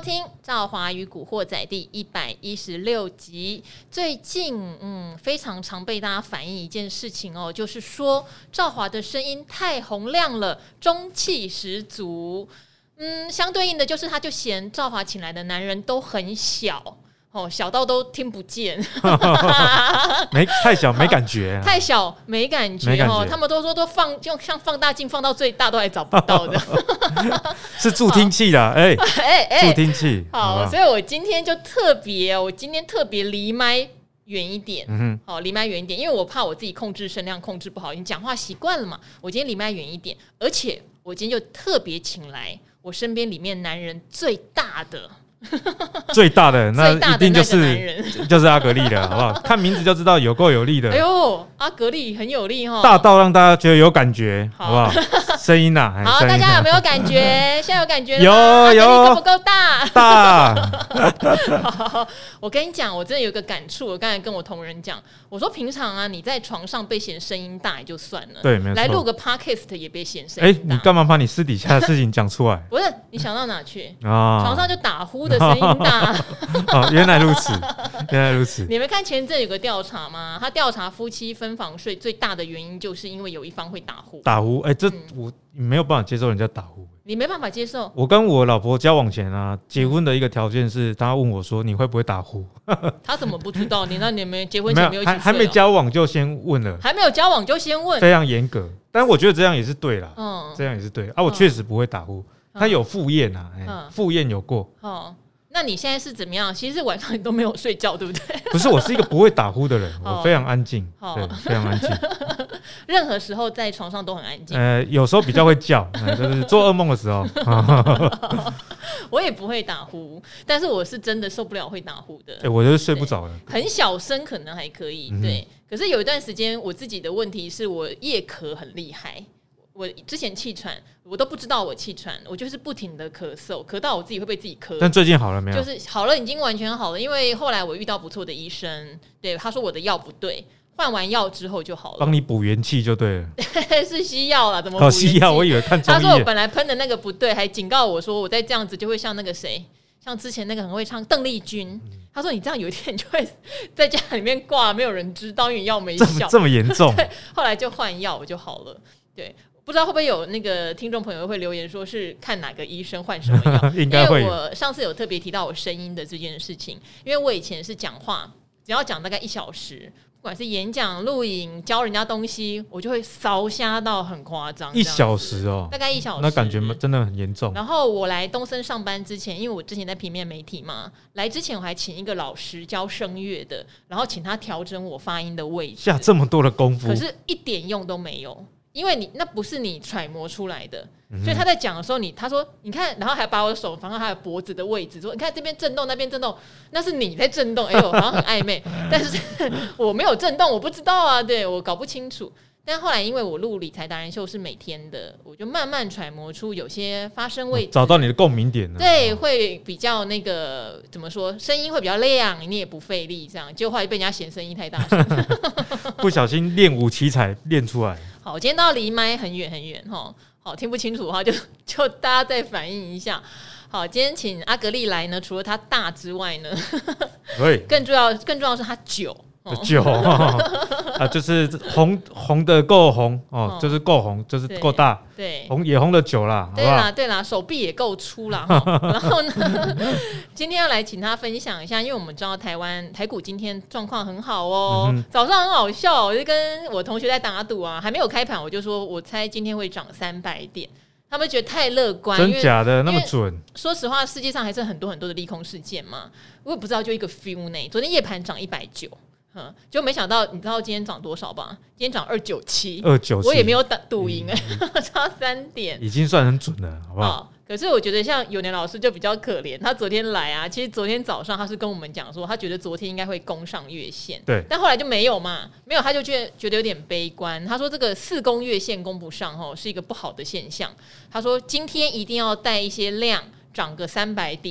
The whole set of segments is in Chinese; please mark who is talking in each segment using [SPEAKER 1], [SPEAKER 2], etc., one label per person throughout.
[SPEAKER 1] 听《赵华与古惑仔》第116集。最近非常常被大家反映一件事情哦，就是说赵华的声音太洪亮了，中气十足。相对应的就是他就嫌赵华请来的男人都很小。小到都听不见
[SPEAKER 2] 太小没感觉
[SPEAKER 1] 太小没感觉他们都说都就像放大镜放到最大都还找不到的
[SPEAKER 2] 是助听器啦助听器
[SPEAKER 1] 好，所以我今天就特别离麦远一点离麦远一点，因为我怕我自己控制声量控制不好，你讲话习惯了嘛，我今天离麦远一点，而且我今天就特别请来我身边里面男人最大的那
[SPEAKER 2] 一定就是阿格力了，好不好？看名字就知道有够有力的。
[SPEAKER 1] 哎呦，阿格力很有力哈，
[SPEAKER 2] 大到让大家觉得有感觉，好不好？声音呐，
[SPEAKER 1] 好，大家有没有感觉？现在有感觉了
[SPEAKER 2] 吗？有，
[SPEAKER 1] 够不够大？
[SPEAKER 2] 大。
[SPEAKER 1] 我跟你讲，我真的有个感触。我刚才跟我同仁讲，我说平常啊，你在床上被嫌声音大也就算了，
[SPEAKER 2] 对，没错。
[SPEAKER 1] 来录个 podcast 也别嫌声音大。
[SPEAKER 2] 你干嘛把你私底下的事情讲出来？
[SPEAKER 1] 不是，你想到哪去？床上就打呼的声音大。
[SPEAKER 2] 原来如此，原来如此。
[SPEAKER 1] 你们看前阵有个调查吗？他调查夫妻分房睡最大的原因，就是因为有一方会打呼。
[SPEAKER 2] 这我没有办法接受人家打呼。
[SPEAKER 1] 你没办法接受？
[SPEAKER 2] 我跟我老婆交往前啊，结婚的一个条件是，她问我说：“你会不会打呼？”
[SPEAKER 1] 她怎么不知道？你们结婚前没有一起睡？
[SPEAKER 2] 还没交往就先问了，
[SPEAKER 1] 还没有交往就先问，
[SPEAKER 2] 非常严格。但我觉得这样也是对啦，这样也是对啊。我确实不会打呼，他有赴宴啊，赴宴有过。
[SPEAKER 1] 那你现在是怎么样？其实晚上你都没有睡觉，对不对？
[SPEAKER 2] 不是，我是一个不会打呼的人，我非常安静，对，非常安静。
[SPEAKER 1] 任何时候在床上都很安静。
[SPEAKER 2] 有时候比较会叫，就是做噩梦的时候。
[SPEAKER 1] 我也不会打呼，但是我是真的受不了会打呼的。
[SPEAKER 2] 我就是睡不着了。
[SPEAKER 1] 很小声可能还可以，对。可是有一段时间，我自己的问题是我夜咳很厉害。我之前气喘，我都不知道我气喘，我就是不停的咳嗽，咳到我自己会被自己咳。
[SPEAKER 2] 但最近好了没有？
[SPEAKER 1] 就是好了，已经完全好了。因为后来我遇到不错的医生，对他说我的药不对，换完药之后就好了，
[SPEAKER 2] 帮你补元气就对了。
[SPEAKER 1] 是西药啦，怎么补元气？
[SPEAKER 2] 西药，我以为看中医。
[SPEAKER 1] 他说我本来喷的那个不对，还警告我说我再这样子就会像那个谁，像之前那个很会唱邓丽君。他说你这样有一天就会在家里面挂，没有人知道，因为药没效。
[SPEAKER 2] 这么严重？
[SPEAKER 1] 对，后来就换药，我就好了。对。不知道会不会有那个听众朋友会留言说是看哪个医生换什么药？
[SPEAKER 2] 应该会。
[SPEAKER 1] 因为我上次有特别提到我声音的这件事情，因为我以前是讲话只要讲大概1小时，不管是演讲、录影、教人家东西，我就会烧瞎到很夸张。
[SPEAKER 2] 1小时哦，
[SPEAKER 1] 大概1小时，
[SPEAKER 2] 那感觉真的很严重。
[SPEAKER 1] 然后我来东森上班之前，因为我之前在平面媒体嘛，来之前我还请一个老师教声乐的，然后请他调整我发音的位置，
[SPEAKER 2] 下这么多的功夫，
[SPEAKER 1] 可是一点用都没有。因为那不是你揣摩出来的，所以他在讲的时候，他说你看，然后还把我的手放到他的脖子的位置，说你看这边震动，那边震动，那是你在震动，哎呦，好像很暧昧，但是我没有震动，我不知道啊，对，我搞不清楚。但后来因为我录理财达人秀是每天的，我就慢慢揣摩出有些发声位置，
[SPEAKER 2] 找到你的共鸣点了。
[SPEAKER 1] 对，会比较那个怎么说，声音会比较亮，你也不费力，这样就后来被人家嫌声音太大声，
[SPEAKER 2] 不小心练武奇才练出来。
[SPEAKER 1] 好，我今天到离麦很远很远哈，好，听不清楚的话就大家再反映一下。好，今天请阿格力来呢，除了他大之外呢，更重要的是他久。
[SPEAKER 2] 就是红的够红哦，就是够红，就是够大，
[SPEAKER 1] 对，
[SPEAKER 2] 红也红了久啦，
[SPEAKER 1] 对啦，手臂也够粗啦。然后呢，今天要来请他分享一下，因为我们知道台股今天状况很好哦，早上很好笑，我就跟我同学在打赌啊，还没有开盘我就说我猜今天会涨300点。他们觉得太乐观，
[SPEAKER 2] 真假的那么准？
[SPEAKER 1] 说实话，世界上还是很多很多的利空事件嘛，我也不知道，就一个 feel 呢。昨天夜盘涨190。就没想到，你知道今天涨多少吧？今天涨297，我也没有赌赢差3点，
[SPEAKER 2] 已经算很准了，好不好？
[SPEAKER 1] 可是我觉得像有年老师就比较可怜，他昨天来啊，其实昨天早上他是跟我们讲说，他觉得昨天应该会攻上月线，
[SPEAKER 2] 对，
[SPEAKER 1] 但后来就没有嘛，没有他就觉得有点悲观。他说这个4攻月线攻不上是一个不好的现象。他说今天一定要带一些量，涨个300点。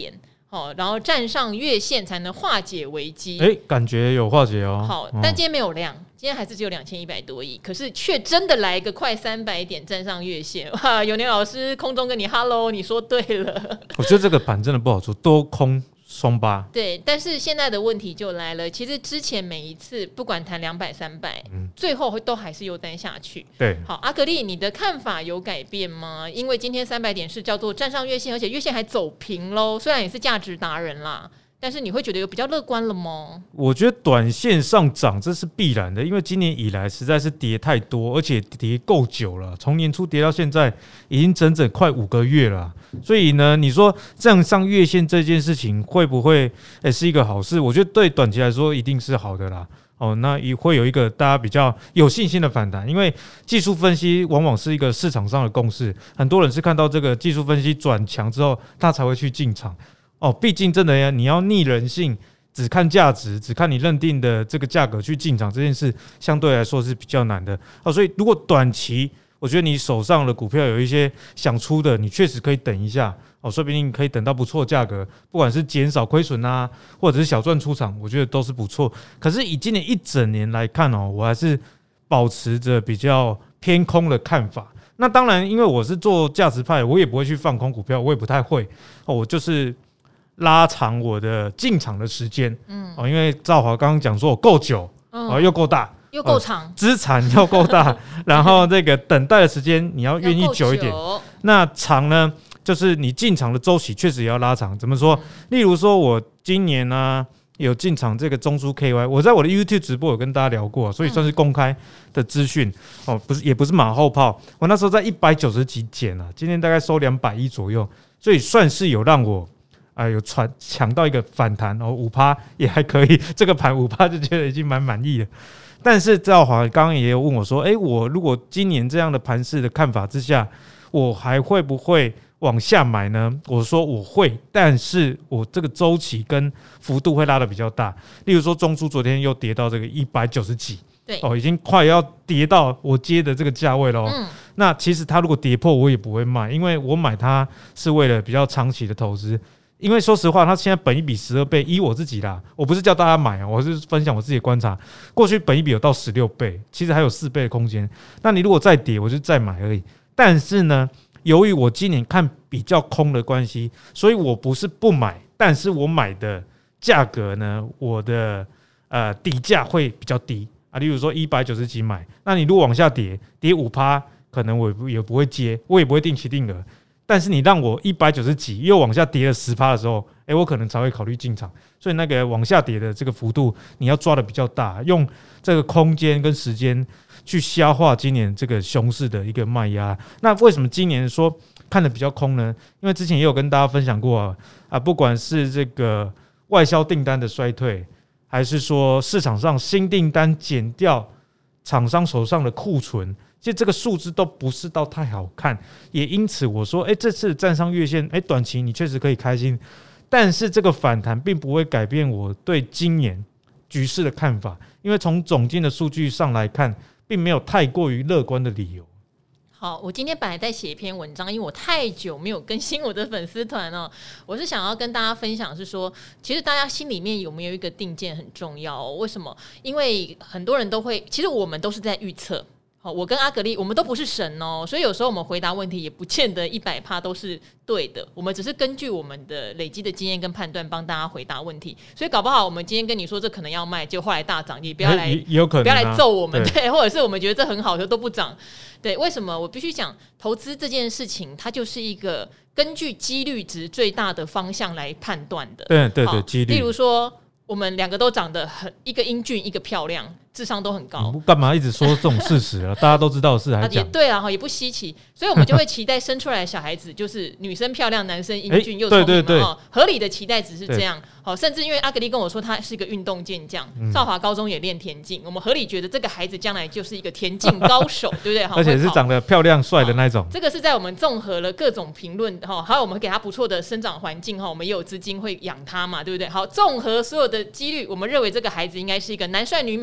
[SPEAKER 1] 然后站上月线才能化解危机。
[SPEAKER 2] 感觉有化解哦。
[SPEAKER 1] 好，但今天没有量，今天还是只有2100多亿，可是却真的来个快300点站上月线。哇，永年老师空中跟你 hello， 你说对了。
[SPEAKER 2] 我觉得这个盘真的不好做，多空双八。
[SPEAKER 1] 对，但是现在的问题就来了，其实之前每一次不管谈200、300，最后都还是又单下去。
[SPEAKER 2] 对，
[SPEAKER 1] 好，阿格力，你的看法有改变吗？因为今天300点是叫做站上月线，而且月线还走平喽。虽然也是价值达人啦，但是你会觉得有比较乐观了吗？
[SPEAKER 2] 我觉得短线上涨这是必然的，因为今年以来实在是跌太多，而且跌够久了，从年初跌到现在已经整整快5个月了。所以呢，你说站上月线这件事情会不会是一个好事？我觉得对短期来说一定是好的啦。那也会有一个大家比较有信心的反弹，因为技术分析往往是一个市场上的共识，很多人是看到这个技术分析转强之后，他才会去进场。毕竟真的你要逆人性，只看价值，只看你认定的这个价格去进场，这件事相对来说是比较难的。所以如果短期，我觉得你手上的股票有一些想出的，你确实可以等一下，说不定可以等到不错价格，不管是减少亏损啊，或者是小赚出场，我觉得都是不错。可是以今年一整年来看我还是保持着比较偏空的看法。那当然，因为我是做价值派，我也不会去放空股票，我也不太会，我就是拉长我的进场的时间。因为兆华刚刚讲说我够久，又够大。
[SPEAKER 1] 又够长，
[SPEAKER 2] 资产要够大，然后这个等待的时间你要愿意久一点。那长呢，就是你进场的周期确实也要拉长。怎么说？例如说，我今年有进场这个中枢 KY， 我在我的 YouTube 直播有跟大家聊过，所以算是公开的资讯也不是马后炮。我那时候在190几减今天大概收200亿左右，所以算是有让我有抢到一个反弹5%也还可以，这个盘5%就觉得已经蛮满意了。但是兆华刚刚也有问我说，我如果今年这样的盘势的看法之下，我还会不会往下买呢？我说我会，但是我这个周期跟幅度会拉得比较大。例如说中枢昨天又跌到这个190几，
[SPEAKER 1] 对，
[SPEAKER 2] 已经快要跌到我接的这个价位了。那其实它如果跌破我也不会卖，因为我买它是为了比较长期的投资。因为说实话，它现在本益比12倍，依我自己啦，我不是叫大家买我是分享我自己的观察。过去本益比有到16倍，其实还有4倍的空间。那你如果再跌，我就再买而已。但是呢，由于我今年看比较空的关系，所以我不是不买，但是我买的价格呢，我的底价会比较低例如说190几买，那你如果往下跌5%，可能我也不会接，我也不会定期定额。但是你让我190几又往下跌了10%的时候，我可能才会考虑进场。所以那个往下跌的这个幅度，你要抓的比较大，用这个空间跟时间去消化今年这个熊市的一个卖压。那为什么今年说看得比较空呢？因为之前也有跟大家分享过不管是这个外销订单的衰退，还是说市场上新订单减掉厂商手上的库存。其实这个数字都不是到太好看，也因此我说，这次站上月线，短期你确实可以开心，但是这个反弹并不会改变我对今年局势的看法，因为从总经的数据上来看，并没有太过于乐观的理由。
[SPEAKER 1] 好，我今天本来在写一篇文章，因为我太久没有更新我的粉丝团我是想要跟大家分享是说，其实大家心里面有没有一个定见很重要为什么？因为很多人都会，其实我们都是在预测。我跟阿格力，我们都不是神所以有时候我们回答问题也不见得100%都是对的，我们只是根据我们的累积的经验跟判断帮大家回答问题，所以搞不好我们今天跟你说这可能要卖，就后来大涨，你不要来，
[SPEAKER 2] 有可能
[SPEAKER 1] 不要来揍我们，对，或者是我们觉得这很好，都不涨，对，为什么？我必须讲，投资这件事情，它就是一个根据几率值最大的方向来判断的，
[SPEAKER 2] 对，几率，
[SPEAKER 1] 例如说。我们2个都长得一个英俊，一个漂亮，智商都很高。
[SPEAKER 2] 你干嘛一直说这种事实大家都知道的事还讲。
[SPEAKER 1] 也对也不稀奇，所以我们就会期待生出来的小孩子就是女生漂亮，男生英俊又聪明
[SPEAKER 2] 对
[SPEAKER 1] 合理的期待值是这样。甚至因为阿格力跟我说他是一个运动健将，兆华高中也练田径，我们合理觉得这个孩子将来就是一个田径高手，对不对？
[SPEAKER 2] 而且是长得漂亮帅的那种。
[SPEAKER 1] 这个是在我们综合了各种评论还有我们给他不错的生长环境我们也有资金会养他嘛，对不对？好，综合所有的几率，我们认为这个孩子应该是一个男帅女美的田径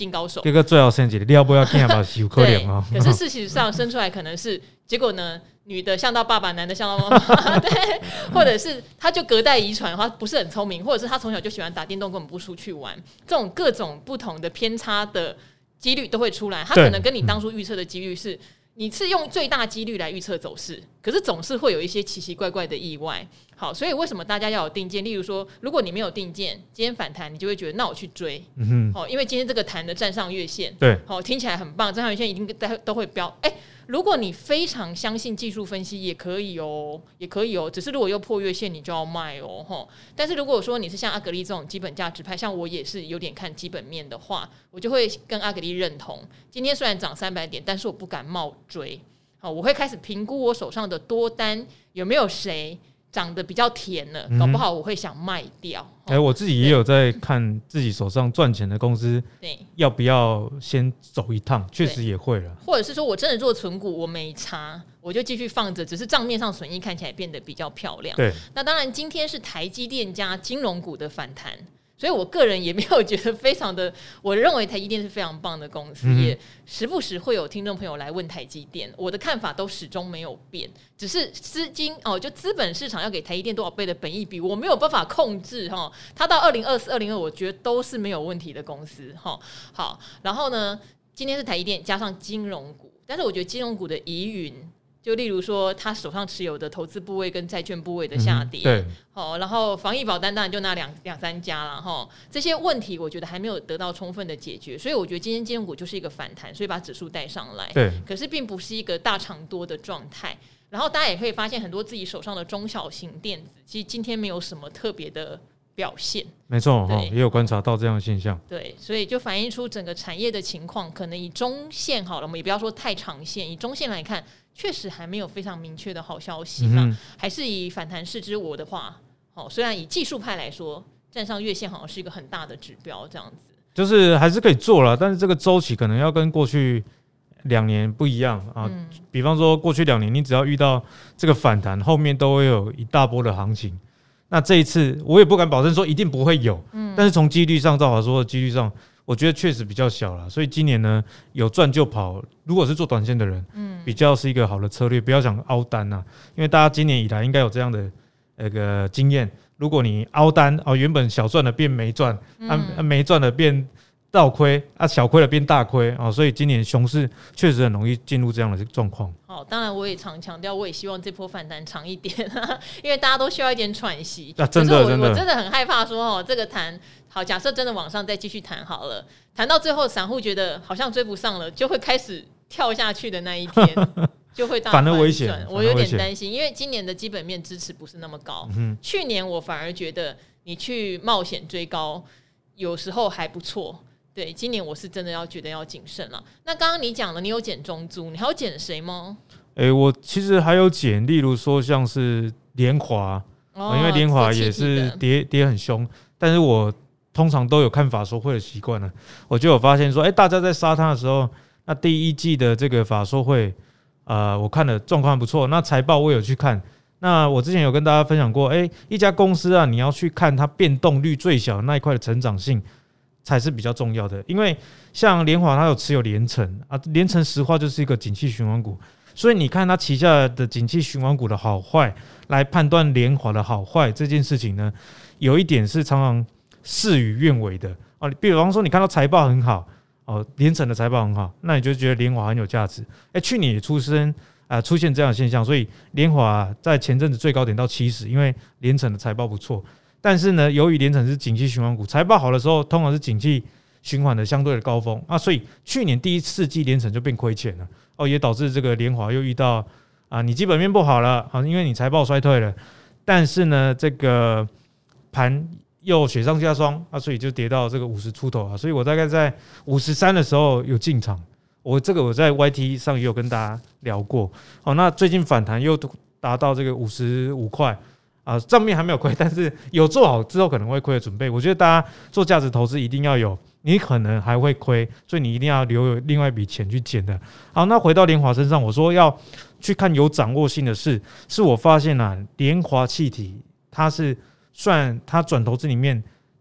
[SPEAKER 1] 金高手。
[SPEAKER 2] 这个最好生一个了不要看吧，有可能哦。
[SPEAKER 1] 可是事实上生出来可能是结果呢，女的像到爸爸，男的像到妈妈，对，或者是他就隔代遗传的话不是很聪明，或者是他从小就喜欢打电动，根本不出去玩，这种各种不同的偏差的几率都会出来。他可能跟你当初预测的几率是。你是用最大几率来预测走势，可是总是会有一些奇奇怪怪的意外。好，所以为什么大家要有定见？例如说，如果你没有定见，今天反弹，你就会觉得那我去追。好，因为今天这个弹的站上月线，
[SPEAKER 2] 对，
[SPEAKER 1] 好，听起来很棒，站上月线一定都会飙。如果你非常相信技术分析，也可以哦，也可以哦。只是如果又破月线，你就要卖哦。但是如果说你是像阿格力这种基本价值派，像我也是有点看基本面的话，我就会跟阿格力认同。今天虽然涨300点，但是我不敢冒追。好，我会开始评估我手上的多单有没有谁长得比较甜了，搞不好我会想卖掉。
[SPEAKER 2] 我自己也有在看自己手上赚钱的公司，对，要不要先走一趟？确实也会了。或
[SPEAKER 1] 者是说我真的做存股，我没差，我就继续放着，只是账面上损益看起来变得比较漂亮。
[SPEAKER 2] 对，
[SPEAKER 1] 那当然今天是台积电加金融股的反弹。所以我个人也没有觉得非常的，我认为台积电是非常棒的公司，也时不时会有听众朋友来问台积电，我的看法都始终没有变，只是资金就资本市场要给台积电多少倍的本益比，我没有办法控制它到2024、2025，我觉得都是没有问题的公司好，然后呢，今天是台积电加上金融股，但是我觉得金融股的疑云。就例如说，他手上持有的投资部位跟债券部位的下跌，
[SPEAKER 2] 对，
[SPEAKER 1] 然后防疫保单当然就那两三家了这些问题我觉得还没有得到充分的解决，所以我觉得今天金融股就是一个反弹，所以把指数带上来，
[SPEAKER 2] 对，
[SPEAKER 1] 可是并不是一个大长多的状态。然后大家也可以发现，很多自己手上的中小型电子，其实今天没有什么特别的表现，
[SPEAKER 2] 没错也有观察到这样的现象。
[SPEAKER 1] 对，所以就反映出整个产业的情况，可能以中线好了，我们也不要说太长线，以中线来看。确实还没有非常明确的好消息还是以反弹视之我的话，虽然以技术派来说，站上月线好像是一个很大的指标，这样子
[SPEAKER 2] 就是还是可以做啦，但是这个周期可能要跟过去2年不一样啊。比方说过去2年，你只要遇到这个反弹，后面都会有一大波的行情。那这一次我也不敢保证说一定不会有，但是从几率上，赵华说的几率上。我觉得确实比较小了，所以今年呢有赚就跑。如果是做短线的人，比较是一个好的策略，不要想凹单啊，因为大家今年以来应该有这样的那个经验。如果你凹单原本小赚的变没赚，没赚的变倒亏小亏了变大亏所以今年熊市确实很容易进入这样的状况。
[SPEAKER 1] 当然我也常强调，我也希望这波反弹长一点因为大家都需要一点喘息。
[SPEAKER 2] 真的
[SPEAKER 1] 我真的很害怕说这个弹好，假设真的往上再继续弹好了，弹到最后散户觉得好像追不上了，就会开始跳下去的那一天就会大
[SPEAKER 2] 反而危险。
[SPEAKER 1] 我有点担心，因为今年的基本面支持不是那么高。去年我反而觉得你去冒险追高有时候还不错。对，今年我是真的要觉得要谨慎了。那刚刚你讲了，你有减中租，你还有减谁吗？
[SPEAKER 2] 我其实还有减，例如说像是联华，因为联华也是跌很凶，但是我通常都有看法说会的习惯了，我就有发现说，大家在杀它的时候，那第一季的这个法说会，我看的状况不错，那财报我有去看。那我之前有跟大家分享过，一家公司你要去看它变动率最小的那一块的成长性。才是比较重要的，因为像联华它有持有联成联成实话就是一个景气循环股，所以你看它旗下的景气循环股的好坏来判断联华的好坏这件事情呢，有一点是常常事与愿违的比方说你看到财报很好联成的财报很好，那你就觉得联华很有价值。去年也出现这样的现象，所以联华在前阵子最高点到70，因为联成的财报不错。但是呢，由于联成是景气循环股，财报好的时候通常是景气循环的相对的高峰所以去年第4季联成就变亏钱了也导致这个联华又遇到你基本面不好了因为你财报衰退了，但是呢这个盘又雪上加霜所以就跌到这个50出头所以我大概在53的时候有进场，我在 YT 上也有跟大家聊过那最近反弹又达到这个55块。账面还没有亏，但是有做好之后可能会亏的准备。我觉得大家做价值投资一定要有，你可能还会亏，所以你一定要留有另外一笔钱去减的。好，那回到联华身上，我说要去看有掌握性的事，是我发现联华气体它是算它转投资里面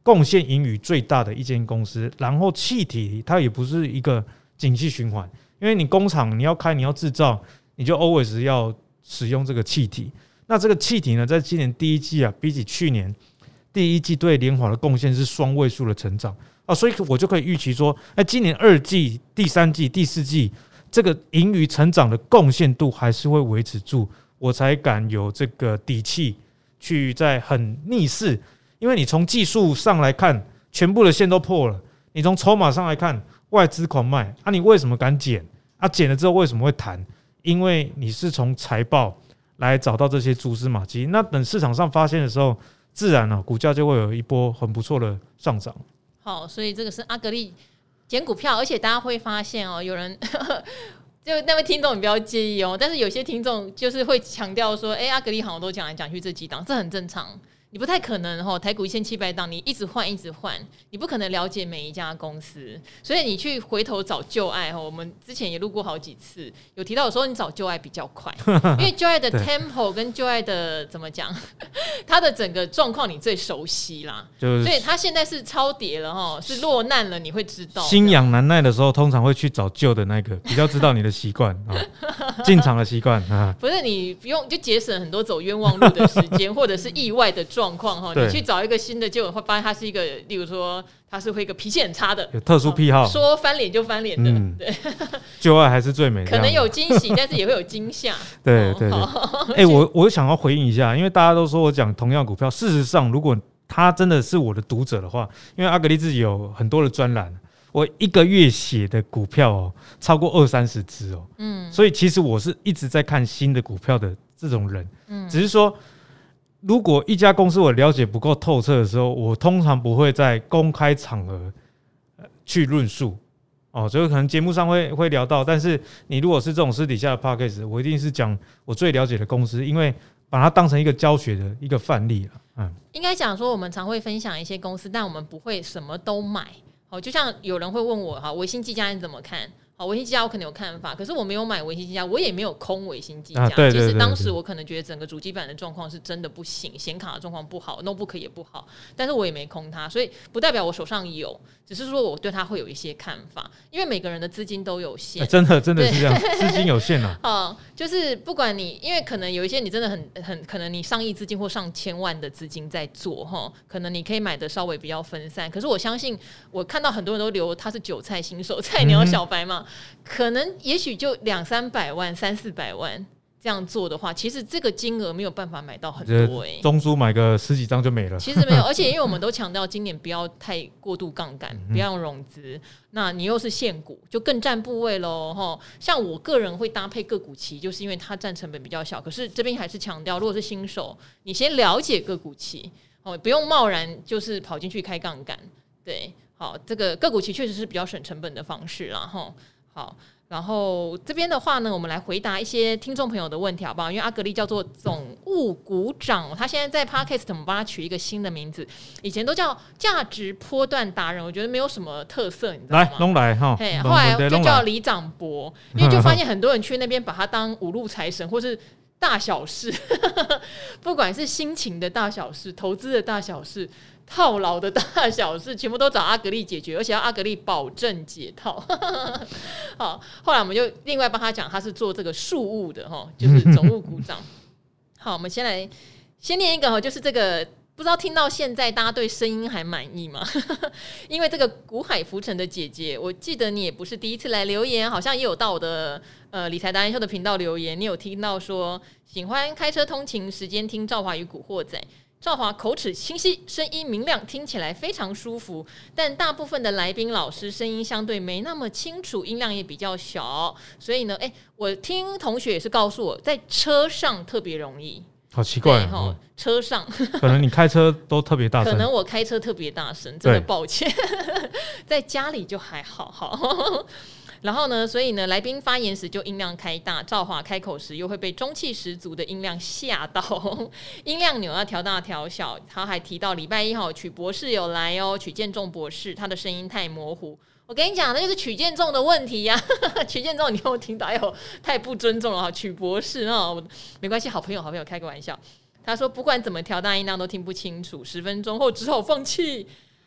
[SPEAKER 2] 贡献盈余最大的一间公司。然后气体它也不是一个景气循环，因为你工厂你要开你要制造，你就 always 要使用这个气体。那这个气体呢，在今年第一季啊，比起去年第一季对联华的贡献是双位数的成长啊，所以我就可以预期说，今年2季、第3季、第4季这个盈余成长的贡献度还是会维持住，我才敢有这个底气去在很逆势。因为你从技术上来看，全部的线都破了；你从筹码上来看，外资狂卖啊，你为什么敢减啊？减了之后为什么会弹？因为你是从财报来找到这些蛛丝马迹，那等市场上发现的时候，自然股价就会有一波很不错的上涨。
[SPEAKER 1] 好，所以这个是阿格力捡股票，而且大家会发现有人就那位听众你不要介意但是有些听众就是会强调说，阿格力好像都讲来讲去这几档，这很正常。你不太可能台股1700档，你一直换，你不可能了解每一家公司，所以你去回头找旧爱我们之前也录过好几次，有提到有时候你找旧爱比较快，因为旧爱的 tempo 跟旧爱的怎么讲，它的整个状况你最熟悉啦，所以它现在是超跌了是落难了，你会知道。
[SPEAKER 2] 心痒难耐的时候，通常会去找旧的那个，比较知道你的习惯进场的习惯不
[SPEAKER 1] 是你不用就节省很多走冤枉路的时间，或者是意外的状况你去找一个新的，结果会发现他是一个，例如说他是会一个脾气很差的，
[SPEAKER 2] 有特殊癖好，
[SPEAKER 1] 说翻脸就翻脸的，对，
[SPEAKER 2] 旧爱还是最美的，
[SPEAKER 1] 可能有惊喜，但是也会有惊吓。
[SPEAKER 2] 对对对，我想要回应一下，因为大家都说我讲同样股票，事实上如果他真的是我的读者的话，因为阿格力自己有很多的专栏，我一个月写的股票超过20-30只所以其实我是一直在看新的股票的这种人，只是说。如果一家公司我了解不够透彻的时候，我通常不会在公开场合去论述所以可能节目上会聊到，但是你如果是这种私底下的 podcast， 我一定是讲我最了解的公司，因为把它当成一个教学的一个范例
[SPEAKER 1] 应该讲说我们常会分享一些公司，但我们不会什么都买就像有人会问我维新技嘉你怎么看？维新技嘉我可能有看法，可是我没有买维新技嘉，我也没有空维新技嘉。
[SPEAKER 2] 对对对对，
[SPEAKER 1] 其实当时我可能觉得整个主机板的状况是真的不行，显卡的状况不好 ，notebook 也不好，但是我也没空它，所以不代表我手上有，只是说我对它会有一些看法，因为每个人的资金都有限，
[SPEAKER 2] 真的是这样，资金有限
[SPEAKER 1] 就是不管你，因为可能有一些你真的很可能你上亿资金或上千万的资金在做可能你可以买的稍微比较分散，可是我相信我看到很多人都留他是韭菜新手菜鸟小白嘛。可能也许就200-300万、300-400万这样做的话，其实这个金额没有办法买到很多
[SPEAKER 2] 中租买个10几张就没了。
[SPEAKER 1] 其实没有，而且因为我们都强调今年不要太过度杠杆，不要用融资，那你又是现股，就更占部位咯像我个人会搭配个股期，就是因为它占成本比较小。可是这边还是强调，如果是新手，你先了解个股期不用贸然就是跑进去开杠杆。对，好，这个个股期确实是比较省成本的方式啦好，然后这边的话呢，我们来回答一些听众朋友的问题好不好？因为阿格力叫做总务股长，他现在在 Podcast 我们帮他取一个新的名字，以前都叫价值波段达人，我觉得没有什么特色，你知道吗？
[SPEAKER 2] 来，弄来
[SPEAKER 1] 后来就叫李长博，因为就发现很多人去那边把他当五路财神，或是大小事不管是心情的大小事、投资的大小事、套牢的大小事，全部都找阿格力解决，而且要阿格力保证解套好，后来我们就另外帮他讲他是做这个数务的就是总务股长好，我们先念一个就是这个不知道听到现在大家对声音还满意吗因为这个股海浮沉的姐姐，我记得你也不是第一次来留言，好像也有到我的理财达人秀的频道留言，你有听到说喜欢开车通勤时间听赵华与古惑仔，赵华口齿清晰，声音明亮，听起来非常舒服，但大部分的来宾老师声音相对没那么清楚，音量也比较小，所以呢我听同学也是告诉我在车上特别容易。
[SPEAKER 2] 好奇怪
[SPEAKER 1] 车上
[SPEAKER 2] 可能你开车都特别大声，
[SPEAKER 1] 可能我开车特别大声，真的抱歉在家里就还好然后呢，所以呢，来宾发言时就音量开大，赵华开口时又会被中气十足的音量吓到音量钮要调大调小。他还提到礼拜1曲博士有来曲建仲博士他的声音太模糊，我跟你讲，那就是曲建仲的问题呀曲建仲你有听到太不尊重了曲博士没关系，好朋友开个玩笑。他说不管怎么调大音量都听不清楚，10分钟后只好放弃。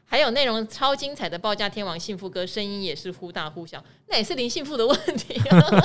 [SPEAKER 1] 还有内容超精彩的报价天王幸福哥，声音也是忽大忽小，那也是林幸福的问题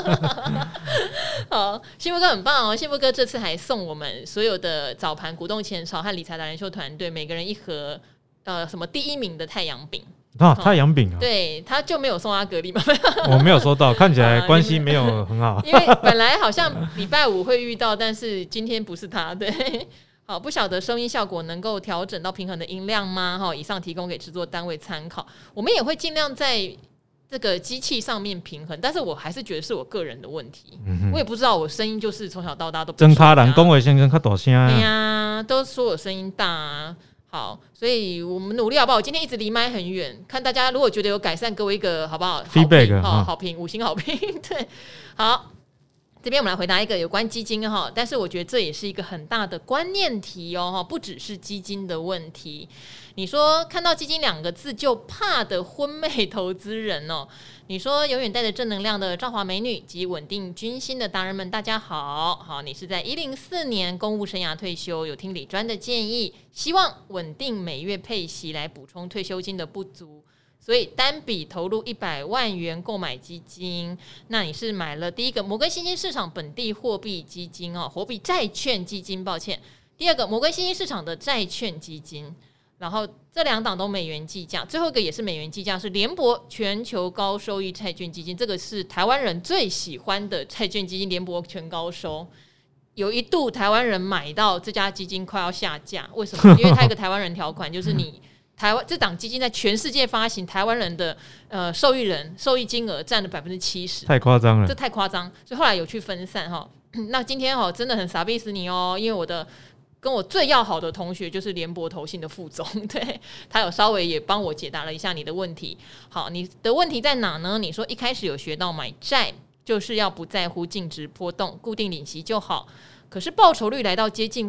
[SPEAKER 1] 好，幸福哥很棒哦，幸福哥这次还送我们所有的早盘股动前朝和理财达人秀团队每个人一盒什么第1名的太阳饼
[SPEAKER 2] 太阳饼啊，
[SPEAKER 1] 对，他就没有送阿格力吗？
[SPEAKER 2] 我没有收到，看起来关系没有很好
[SPEAKER 1] 因为本来好像礼拜5会遇到，但是今天不是他，对。好，不晓得收音效果能够调整到平衡的音量吗？以上提供给制作单位参考，我们也会尽量在这个机器上面平衡，但是我还是觉得是我个人的问题，我也不知道我声音就是从小到大都
[SPEAKER 2] 真卡人讲话先跟较大声啊，
[SPEAKER 1] 对呀，都说我声音大啊。好，所以我们努力好不好？我今天一直离麦很远，看大家如果觉得有改善，给我一个好不好
[SPEAKER 2] ？feedback
[SPEAKER 1] 好评，5星好评。对，好。这边我们来回答一个有关基金哈，但是我觉得这也是一个很大的观念题哦，不只是基金的问题。你说看到基金2个字就怕的婚妹投资人哦，你说永远带着正能量的赵华美女及稳定军心的达人们，大家好，你是在104年公务生涯退休，有听理专的建议，希望稳定每月配息来补充退休金的不足。所以单笔投入100万元购买基金，那你是买了第一个摩根新兴市场本地货币基金货币债券基金，抱歉，第二个摩根新兴市场的债券基金，然后这2档都美元计价，最后一个也是美元计价，是联博全球高收益债券基金，这个是台湾人最喜欢的债券基金，联博全高收。有一度台湾人买到这家基金快要下架，为什么？因为它有一个台湾人条款，就是你台湾这档基金在全世界发行，台湾人的受益金额占了70%，
[SPEAKER 2] 太夸张了，
[SPEAKER 1] 这太夸张，所以后来有去分散那今天真的很傻逼死你哦，因为跟我最要好的同学就是联博投信的副总，对，他有稍微也帮我解答了一下你的问题。好，你的问题在哪呢？你说一开始有学到买债就是要不在乎净值波动，固定领息就好。可是报酬率来到接近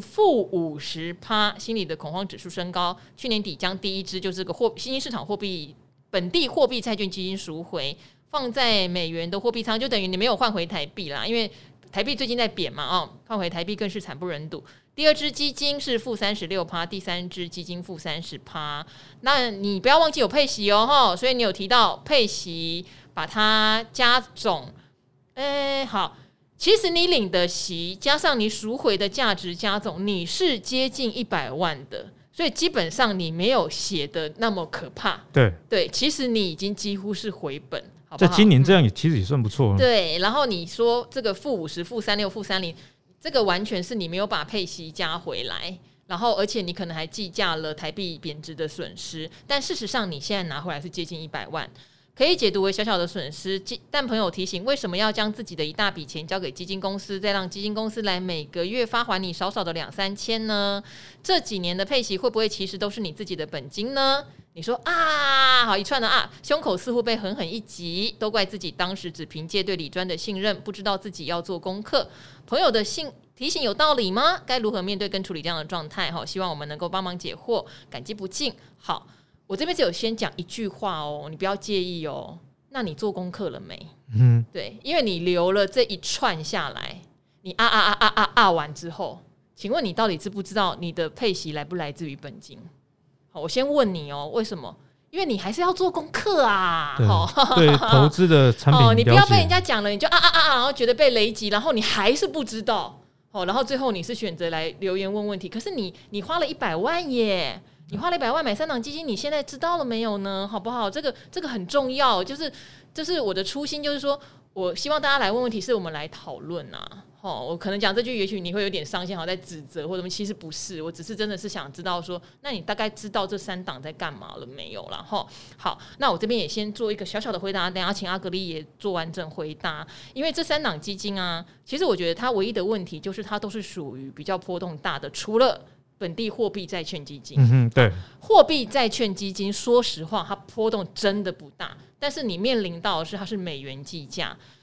[SPEAKER 1] -50%，心理的恐慌指数升高。去年底将第一支就是个新兴市场货币本地货币债券基金赎回，放在美元的货币仓，就等于你没有换回台币啦，因为台币最近在贬嘛，换回台币更是惨不忍睹。第二支基金是-36%，第三支基金-30%。那你不要忘记有配息哦，所以你有提到配息，把它加总。好。其实你领的息加上你赎回的价值加总，你是接近100万的，所以基本上你没有写的那么可怕。对，其实你已经几乎是回本，好不好？
[SPEAKER 2] 在今年这样其实也算不错。
[SPEAKER 1] 对，然后你说这个-50、-36、-30，这个完全是你没有把配息加回来，然后而且你可能还计价了台币贬值的损失，但事实上你现在拿回来是接近100万。可以解读为小小的损失，但朋友提醒，为什么要将自己的一大笔钱交给基金公司，再让基金公司来每个月发还你少少的2-3千呢？这几年的配息会不会其实都是你自己的本金呢？你说好一串的胸口似乎被狠狠一击，都怪自己当时只凭借对理专的信任，不知道自己要做功课。朋友的提醒有道理吗？该如何面对跟处理这样的状态？希望我们能够帮忙解惑，感激不尽。好。我这边只有先讲一句话你不要介意那你做功课了没？对，因为你留了这一串下来，你完之后，请问你到底知不知道你的配息来不来自于本金？好，我先问你为什么？因为你还是要做功课啊。
[SPEAKER 2] 对投资的产品
[SPEAKER 1] 你不要被人家讲了，你就然后觉得被雷击，然后你还是不知道然后最后你是选择来留言问问题，可是你花了100万耶。你花了100万买3档基金，你现在知道了没有呢？好不好？这个很重要，就是我的初心，就是说我希望大家来问问题，是我们来讨论我可能讲这句，也许你会有点伤心，好像在指责或者什么，其实不是，我只是真的是想知道说，那你大概知道这3档在干嘛了没有啦？好，那我这边也先做一个小小的回答，等一下请阿格丽也做完整回答，因为这3档基金其实我觉得它唯一的问题就是它都是属于比较波动大的，除了本地货币债券基金，
[SPEAKER 2] 对，
[SPEAKER 1] 货币债券基金，说实话，它波动真的不大，但是你面临到的是它是美元计价。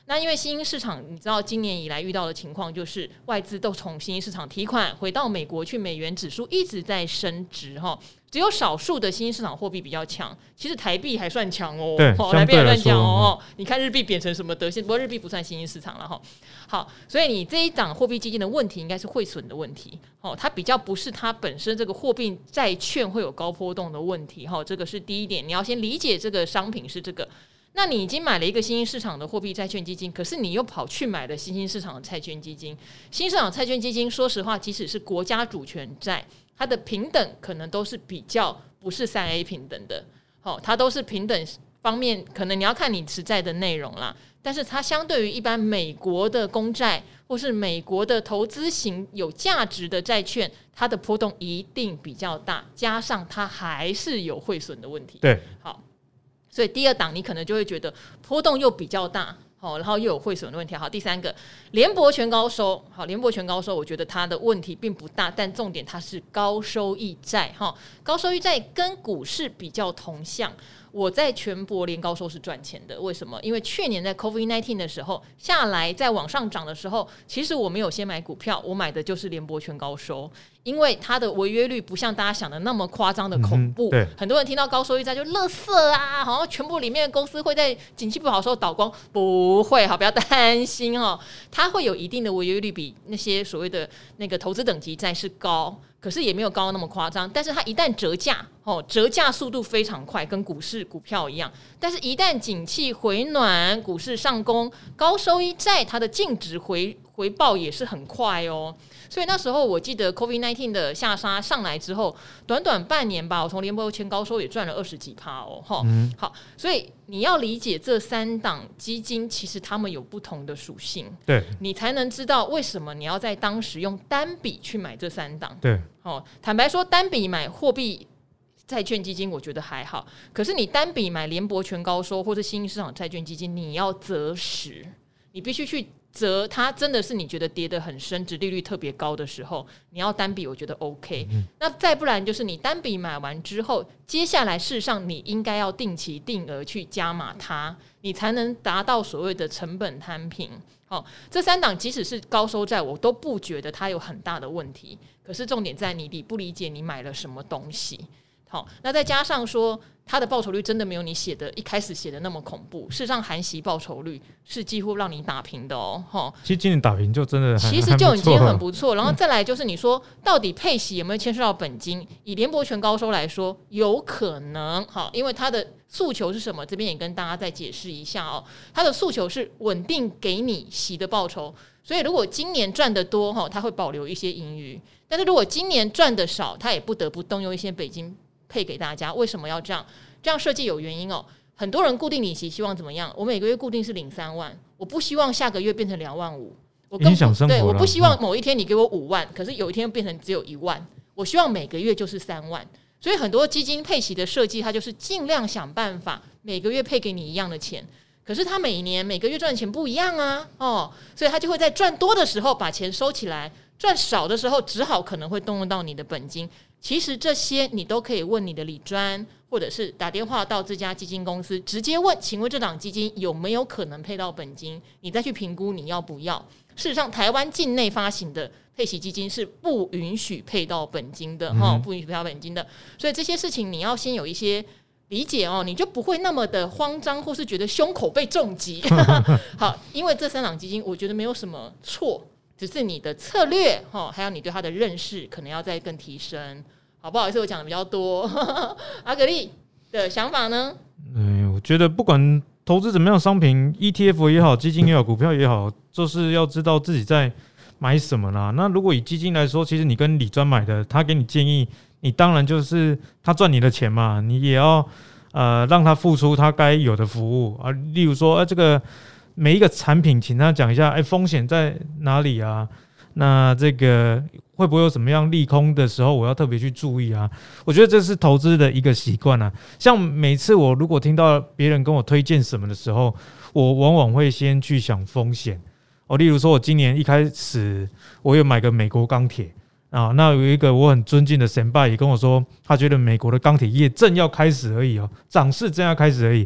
[SPEAKER 1] 那因为新兴市场，你知道今年以来遇到的情况就是外资都从新兴市场提款回到美国去，美元指数一直在升值哈。只有少数的新兴市场货币比较强，其实台币还算强哦，台币还算强哦。你看日币贬成什么德性？不过日币不算新兴市场了哈。好，所以你这一档货币基金的问题应该是汇损的问题哦，它比较不是它本身这个货币债券会有高波动的问题哈。这个是第一点，你要先理解这个商品是这个。那你已经买了一个新兴市场的货币债券基金，可是你又跑去买了新兴市场的债券基金。新兴市场债券基金，说实话，即使是国家主权债，它的平等可能都是比较不是3A 平等的，它都是平等方面，可能你要看你持债的内容啦。但是它相对于一般美国的公债或是美国的投资型有价值的债券，它的波动一定比较大，加上它还是有汇损的问题。
[SPEAKER 2] 对，
[SPEAKER 1] 好。所以第二档你可能就会觉得波动又比较大，然后又有汇损的问题。好，第三个联博全高收，好，联博全高收，我觉得它的问题并不大，但重点它是高收益债，高收益债跟股市比较同向。我在全博联高收是赚钱的，为什么？因为去年在 COVID-19 的时候下来，在往上涨的时候，其实我没有先买股票，我买的就是联博全高收，因为它的违约率不像大家想的那么夸张的恐怖。很多人听到高收益债就垃圾啊，好像全部里面的公司会在景气不好的时候倒光，不会，好，不要担心哦，它会有一定的违约率，比那些所谓的那个投资等级债是高。可是也没有高那么夸张，但是它一旦折价，折价速度非常快，跟股市股票一样。但是一旦景气回暖，股市上攻，高收益债它的净值回报也是很快哦。所以那时候我记得 COVID-19 的下杀上来之后，短短半年吧，我从联博全高收也赚了20几%哦。好，所以你要理解这3档基金，其实他们有不同的属性，
[SPEAKER 2] 对，
[SPEAKER 1] 你才能知道为什么你要在当时用单笔去买这3档。
[SPEAKER 2] 对，
[SPEAKER 1] 坦白说，单笔买货币债券基金我觉得还好，可是你单笔买联博全高收或者新兴市场债券基金，你要择时，你必须去择它真的是你觉得跌得很深，殖利率特别高的时候，你要单笔我觉得 OK。那再不然就是你单笔买完之后，接下来事实上你应该要定期定额去加码它，你才能达到所谓的成本摊平。这3档即使是高收债，我都不觉得它有很大的问题。可是重点在你理不理解你买了什么东西。好，那再加上说它的报酬率真的没有你一开始写的那么恐怖，事实上含息报酬率是几乎让你打平的哦。
[SPEAKER 2] 其实今年打平就真的
[SPEAKER 1] 其实就已经很不错。然后再来就是你说到底配息有没有牵涉到本金？以联博全高收来说，有可能。好，因为它的诉求是什么？这边也跟大家再解释一下哦。它的诉求是稳定给你息的报酬，所以如果今年赚得多，它会保留一些盈余；但是如果今年赚得少，它也不得不动用一些本金配给大家。为什么要这样？这样设计有原因哦。很多人固定利息希望怎么样？我每个月固定是领3万，我不希望下个月变成2万5。
[SPEAKER 2] 影响生活了。
[SPEAKER 1] 对，我不希望某一天你给我5万，可是有一天变成只有1万。我希望每个月就是3万。所以很多基金配息的设计，它就是尽量想办法每个月配给你一样的钱。可是他每个月赚的钱不一样啊，所以他就会在赚多的时候把钱收起来，赚少的时候只好可能会动用到你的本金。其实这些你都可以问你的理专，或者是打电话到这家基金公司直接问，请问这档基金有没有可能配到本金，你再去评估你要不要。事实上台湾境内发行的配息基金是不允许配到本金的，不允许配到本金的。所以这些事情你要先有一些理解哦，你就不会那么的慌张，或是觉得胸口被重击。好，因为这3档基金我觉得没有什么错，只是你的策略还有你对它的认识可能要再更提升。好，不好意思我讲的比较多。阿格力的想法呢？
[SPEAKER 2] 我觉得不管投资怎么样商品 ETF 也好，基金也好，股票也好，就是要知道自己在买什么啦。那如果以基金来说，其实你跟理专买的，他给你建议，你当然就是他赚你的钱嘛，你也要让他付出他该有的服务啊。例如说这个每一个产品请他讲一下风险在哪里啊，那这个会不会有什么样利空的时候我要特别去注意啊。我觉得这是投资的一个习惯啊。像每次我如果听到别人跟我推荐什么的时候，我往往会先去想风险例如说我今年一开始我有买个美国钢铁啊，那有一个我很尊敬的前辈也跟我说，他觉得美国的钢铁业正要开始而已涨势正要开始而已。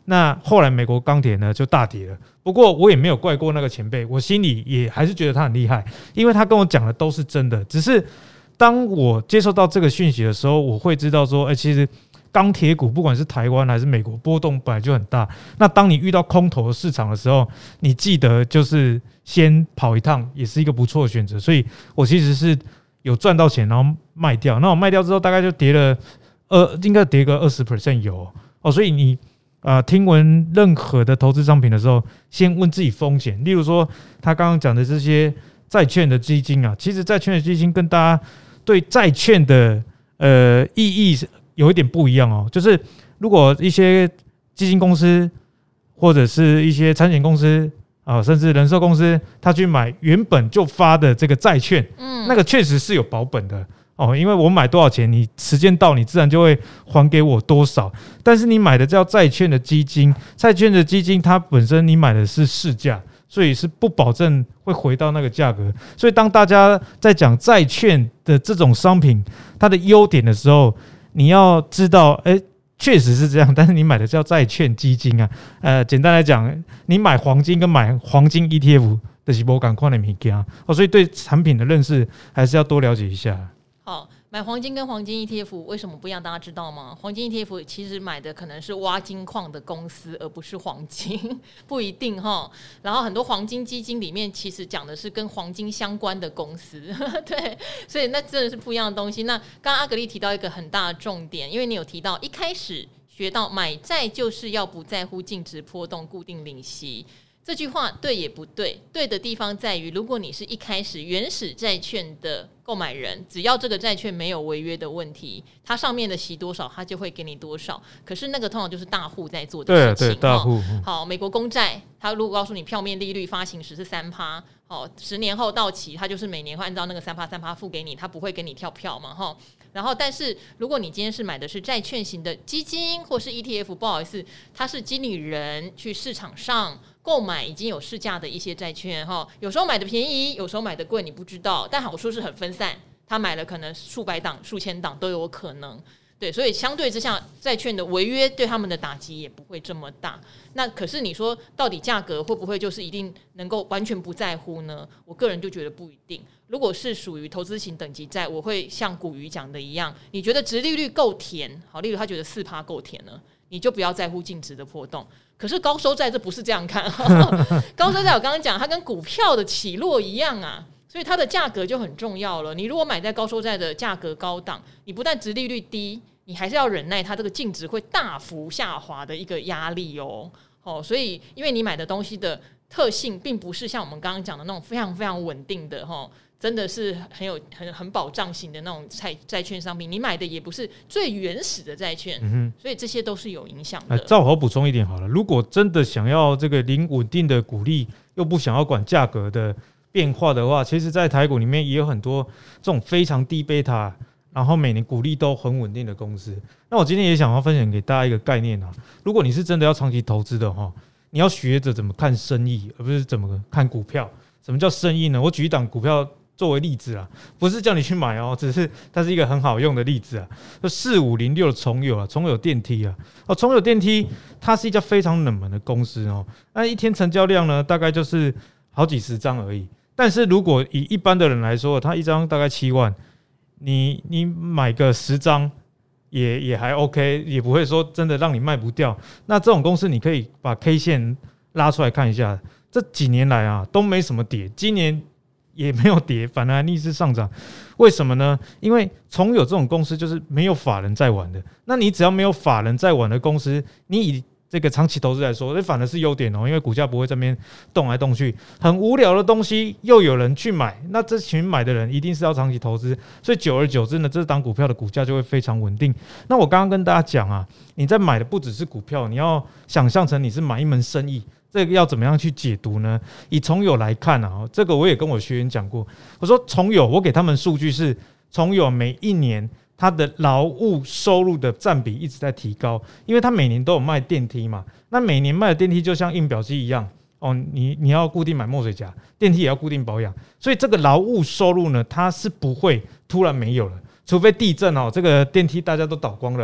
[SPEAKER 2] 那后来美国钢铁呢就大跌了，不过我也没有怪过那个前辈，我心里也还是觉得他很厉害，因为他跟我讲的都是真的。只是当我接受到这个讯息的时候，我会知道说，其实钢铁股不管是台湾还是美国波动本来就很大。那当你遇到空头的市场的时候，你记得就是先跑一趟，也是一个不错的选择。所以我其实是有赚到钱，然后卖掉。那我卖掉之后，大概就跌了应该跌个20% 有所以你听闻任何的投资商品的时候，先问自己风险。例如说，他刚刚讲的这些债券的基金啊，其实债券的基金跟大家对债券的意义有一点不一样就是如果一些基金公司或者是一些产险公司甚至人寿公司，他去买原本就发的这个债券，那个确实是有保本的。因为我买多少钱，你时间到，你自然就会还给我多少。但是你买的叫债券的基金，债券的基金它本身你买的是市价，所以是不保证会回到那个价格。所以当大家在讲债券的这种商品它的优点的时候，你要知道，确实是这样。但是你买的叫债券基金简单来讲，你买黄金跟买黄金 ETF 的是不同的东西所以对产品的认识还是要多了解一下。
[SPEAKER 1] 好，买黄金跟黄金 ETF 为什么不一样？大家知道吗？黄金 ETF 其实买的可能是挖金矿的公司，而不是黄金，不一定哈。然后很多黄金基金里面其实讲的是跟黄金相关的公司，对，所以那真的是不一样的东西。那刚刚阿格丽提到一个很大的重点，因为你有提到一开始学到买债就是要不在乎净值波动、固定领息。这句话对也不对，对的地方在于，如果你是一开始原始债券的购买人，只要这个债券没有违约的问题，它上面的息多少，它就会给你多少。可是那个通常就是大户在做的事情。对，大户。好，美国公债，它如果告诉你票面利率发行时是3%，好，10年后到期，它就是每年会按照那个3%付给你，它不会给你跳票嘛，哈。然后，但是如果你今天是买的是债券型的基金或是 ETF， 不好意思，它是经理人去市场上购买已经有市价的一些债券哈，有时候买的便宜，有时候买的贵，你不知道。但好处是很分散，他买了可能数百档、数千档都有可能。对，所以相对之下，债券的违约对他们的打击也不会这么大。那可是你说到底价格会不会就是一定能够完全不在乎呢？我个人就觉得不一定。如果是属于投资型等级债，我会像古鱼讲的一样，你觉得殖利率够甜，好，例如他觉得4%够甜了，你就不要在乎净值的波动。可是高收债这不是这样看，高收债我刚刚讲，它跟股票的起落一样啊。所以它的价格就很重要了。你如果买在高收债的价格高档，你不但殖利率低，你还是要忍耐它这个净值会大幅下滑的一个压力哦。所以因为你买的东西的特性，并不是像我们刚刚讲的那种非常非常稳定的真的是很保障型的那种债券商品，你买的也不是最原始的债券，所以这些都是有影响的。
[SPEAKER 2] 照好补充一点好了，如果真的想要这个零稳定的股利，又不想要管价格的变化的话，其实在台股里面也有很多这种非常低贝塔，然后每年股利都很稳定的公司。那我今天也想要分享给大家一个概念如果你是真的要长期投资的你要学着怎么看生意，而不是怎么看股票。什么叫生意呢？我举一档股票作为例子不是叫你去买只是它是一个很好用的例子就4506的崇友崇友电梯崇友电梯它是一家非常冷门的公司那一天成交量呢大概就是好几十张而已。但是如果以一般的人来说，他一张大概7万，你买个10张也还 OK， 也不会说真的让你卖不掉。那这种公司你可以把 K 线拉出来看一下，这几年来都没什么跌，今年也没有跌，反而逆势上涨。为什么呢？因为崇友这种公司就是没有法人在玩的。那你只要没有法人在玩的公司，你以这个长期投资来说，这反而是优点因为股价不会在那边动来动去，很无聊的东西又有人去买，那这群买的人一定是要长期投资，所以久而久之呢，这档股票的股价就会非常稳定。那我刚刚跟大家讲你在买的不只是股票，你要想象成你是买一门生意，这个要怎么样去解读呢？以崇友来看这个我也跟我学员讲过，我说崇友，我给他们数据是崇友每一年它的劳务收入的占比一直在提高，因为它每年都有卖电梯嘛。那每年卖的电梯就像印表机一样你要固定买墨水夹，电梯也要固定保养，所以这个劳务收入呢，它是不会突然没有了，除非地震这个电梯大家都倒光了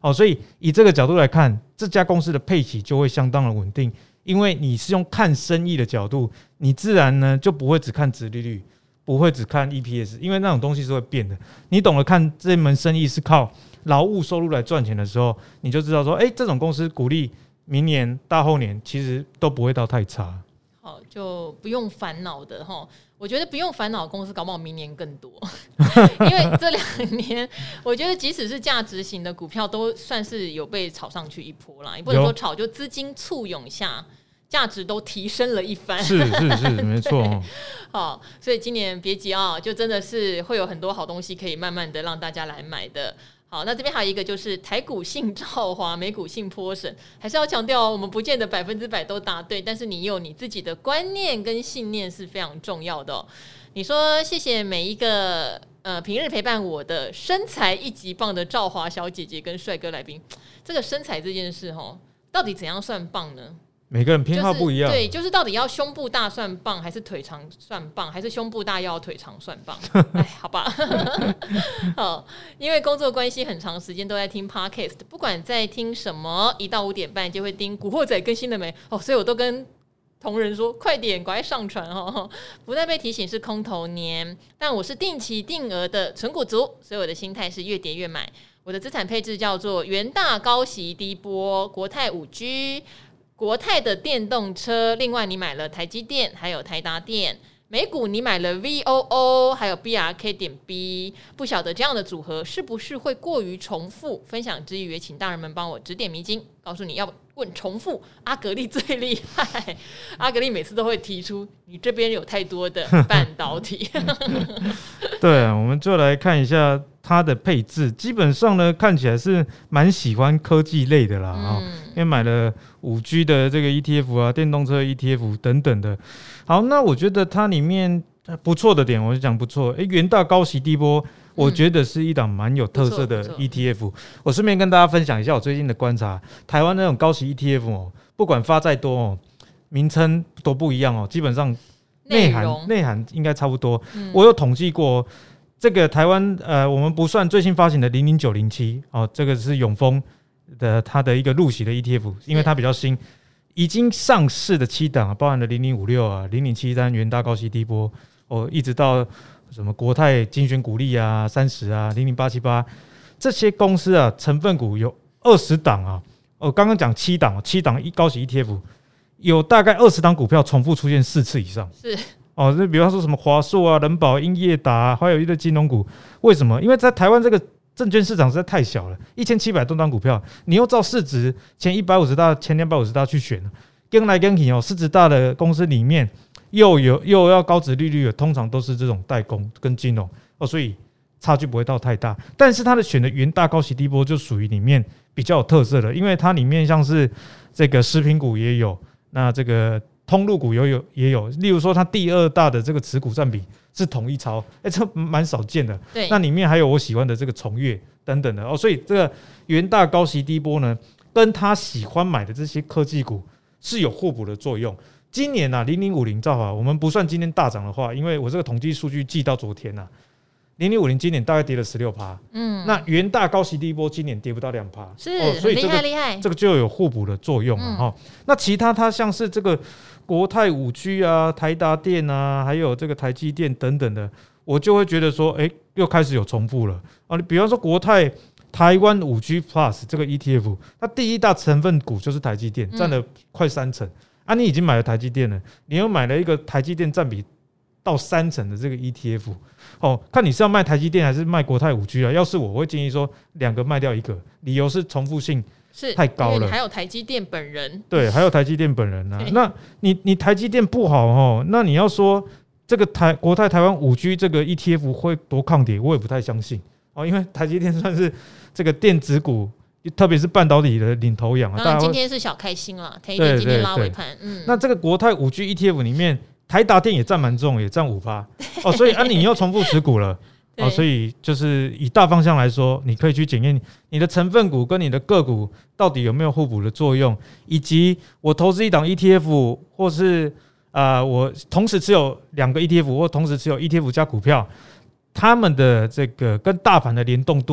[SPEAKER 2] 所以以这个角度来看，这家公司的配息就会相当的稳定，因为你是用看生意的角度，你自然呢就不会只看殖利率，不会只看 EPS， 因为那种东西是会变的。你懂得看这门生意是靠劳务收入来赚钱的时候，你就知道说，这种公司股利明年大后年其实都不会到太差。
[SPEAKER 1] 好，就不用烦恼的齁。我觉得不用烦恼的公司搞不好明年更多，因为这2年我觉得即使是价值型的股票都算是有被炒上去一波啦，也不能说炒，就资金簇拥下价值都提升了一番。
[SPEAKER 2] 是没错。
[SPEAKER 1] 好，所以今年别急啊，就真的是会有很多好东西可以慢慢的让大家来买的。好，那这边还有一个就是台股信兆华，美股信波神，还是要强调我们不见得100%都答对，但是你有你自己的观念跟信念是非常重要的你说谢谢每一个平日陪伴我的身材一级棒的兆华小姐姐跟帅哥来宾，这个身材这件事到底怎样算棒呢？
[SPEAKER 2] 每个人偏好不一样，
[SPEAKER 1] 对，就是到底要胸部大算棒，还是腿长算棒，还是胸部大要腿长算棒？好吧。好，因为工作关系很长时间都在听 podcast， 不管在听什么，1到5点半就会听《古惑仔》更新了没所以我都跟同仁说快点赶快上传不再被提醒是空头年，但我是定期定额的存股族，所以我的心态是越跌越买。我的资产配置叫做元大高息低波、国泰5G、国泰的电动车，另外你买了台积电还有台达电，美股你买了 VOO 还有 BRK.B， 不晓得这样的组合是不是会过于重复？分享之余也请大人们帮我指点迷津，告诉你要问重复，阿格力最厉害。阿格力每次都会提出你这边有太多的半导体。
[SPEAKER 2] 对啊，我们就来看一下它的配置，基本上呢看起来是蛮喜欢科技类的啦，因为买了5G 的这个 ETF 啊，电动车 ETF 等等的。好，那我觉得它里面不错的点，我就讲不错。元大高息低波，我觉得是一档蛮有特色的 ETF。我顺便跟大家分享一下我最近的观察，台湾那种高息 ETF 不管发再多名称都不一样基本上内涵应该差不多。我有统计过，这个台湾我们不算最新发行的00907这个是永丰的它的一个入息的 ETF， 因为它比较新。已经上市的7档包含了0056啊、0073元大高息低波一直到什么国泰精选股利啊、30啊、00878这些公司啊，成分股有20档啊。刚刚讲7档，7档高息 ETF 有大概20档股票重复出现4次以上。
[SPEAKER 1] 是
[SPEAKER 2] 就比方说什么华硕啊、人保、英业达，还有一堆金融股。为什么？因为在台湾这个证券市场实在太小了，1700多档股票，你又照市值前150大、前250大去选，跟来跟去市值大的公司里面又要高殖利率的，通常都是这种代工跟金融所以差距不会到太大。但是它的选的元大高息低波就属于里面比较有特色的，因为它里面像是这个食品股也有，那这个通路股也有，例如说它第2大的这个持股占比是统一超，这蛮少见的。
[SPEAKER 1] 对，
[SPEAKER 2] 那里面还有我喜欢的这个崇越等等的所以这个元大高息低波呢，跟他喜欢买的这些科技股是有互补的作用。今年0050兆华，我们不算今天大涨的话，因为我这个统计数据记到昨天0050今年大概跌了16%，那元大高息低波今年跌不到2%，
[SPEAKER 1] 是
[SPEAKER 2] 所以
[SPEAKER 1] 厉害，
[SPEAKER 2] 这个就有互补的作用那其他它像是这个国泰5G啊、台达电啊，还有这个台积电等等的，我就会觉得说，又开始有重复了比方说国泰台湾5G Plus 这个 ETF， 它第1大成分股就是台积电，占了快30%你已经买了台积电了，你又买了一个台积电占比到30%的这个 ETF，看你是要卖台积电还是卖国泰5G要是我会建议说2个卖掉1个，理由是重复性太高了，
[SPEAKER 1] 还有台积电本人，
[SPEAKER 2] 对，还有台积电本人那你台积电不好那你要说这个国泰台湾5G 这个 ETF 会多抗跌，我也不太相信因为台积电算是这个电子股，特别是半导体的领头羊
[SPEAKER 1] 当然今天是小开心啦，台积电今天拉尾盘。
[SPEAKER 2] 那这个国泰5G ETF 里面，台达电也占蛮重，也占5%所以你又重复持股了所以就是以大方向来说，你可以去检验你的成分股跟你的个股到底有没有互补的作用，以及我投资一档 ETF， 或是我同时持有2个 ETF， 或同时持有 ETF 加股票，他们的这个跟大盘的联动度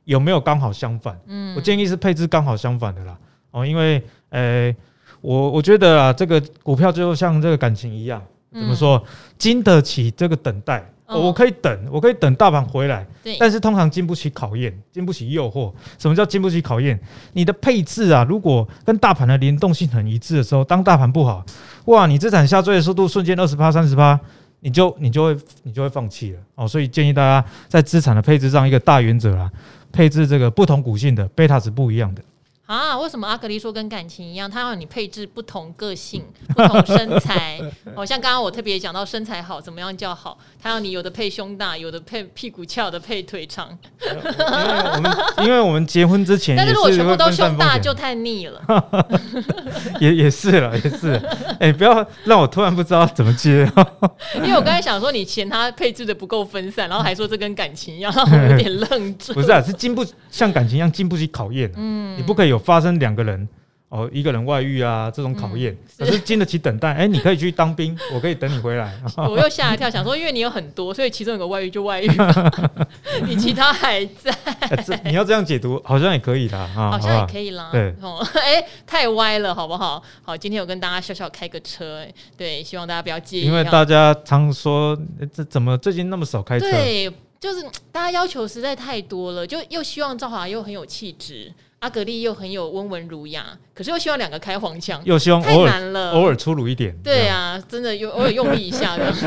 [SPEAKER 2] 有没有刚好相反？我建议是配置刚好相反的啦。因为我觉得啊，这个股票就像这个感情一样，怎么说，经得起这个等待。我可以等大盘回来，但是通常经不起考验，经不起诱惑。什么叫经不起考验？你的配置啊，如果跟大盘的联动性很一致的时候，当大盘不好，哇，你资产下坠的速度瞬间20%、30%，你就会放弃了。所以建议大家在资产的配置上一个大原则啦，配置这个不同股性的贝塔值不一样的。
[SPEAKER 1] 为什么阿格力说跟感情一样？他让你配置不同个性、不同身材。像刚刚我特别讲到身材好怎么样叫好，他让你有的配胸大，有的配屁股翘，有的配腿长。
[SPEAKER 2] 因为我们结婚之前，
[SPEAKER 1] 但是如果全部都胸大就太腻了。
[SPEAKER 2] 也是了，也是。不要让我突然不知道怎么接。
[SPEAKER 1] 因为我刚才想说你嫌他配置的不够分散，然后还说这跟感情一样，让我有点愣住。
[SPEAKER 2] 不是啊，是像感情一样经不起考验。你不可以有发生2个人一个人外遇啊这种考验，可是经得起等待。你可以去当兵，我可以等你回来。
[SPEAKER 1] 我又吓一跳，想说因为你有很多，所以其中有个外遇就外遇吧，你其他还在。
[SPEAKER 2] 你要这样解读，好像也可以啦，
[SPEAKER 1] 好像也可以啦。
[SPEAKER 2] 对，
[SPEAKER 1] 太歪了，好不好？好，今天有跟大家小小开个车，对，希望大家不要介意。
[SPEAKER 2] 因为大家常说，这怎么最近那么少开车？
[SPEAKER 1] 对，就是大家要求实在太多了，就又希望兆华又很有气质。阿格力又很有温文儒雅，可是又希望2个开黄腔，
[SPEAKER 2] 又希望
[SPEAKER 1] 太难了，
[SPEAKER 2] 偶尔粗鲁一点。
[SPEAKER 1] 对啊，真的偶尔用力一下的。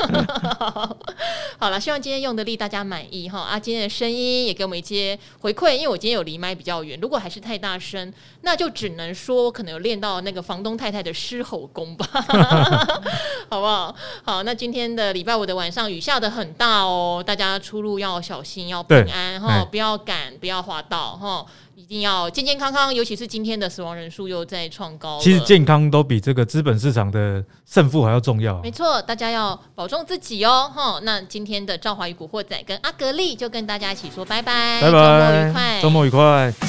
[SPEAKER 1] 好了，希望今天用的力大家满意哈。今天的声音也给我们一些回馈，因为我今天有离麦比较远，如果还是太大声，那就只能说我可能有练到那个房东太太的狮吼功吧，好不好？好，那今天的礼拜5的晚上雨下的很大哦，大家出入要小心，要平安哈，不要赶，不要滑倒哈。一定要健健康康，尤其是今天的死亡人数又在创高了。
[SPEAKER 2] 其实健康都比这个资本市场的胜负还要重要。
[SPEAKER 1] 没错，大家要保重自己哦。那今天的兆华与古惑仔跟阿格力就跟大家一起说拜拜，
[SPEAKER 2] 拜拜，周末愉快，周末愉快。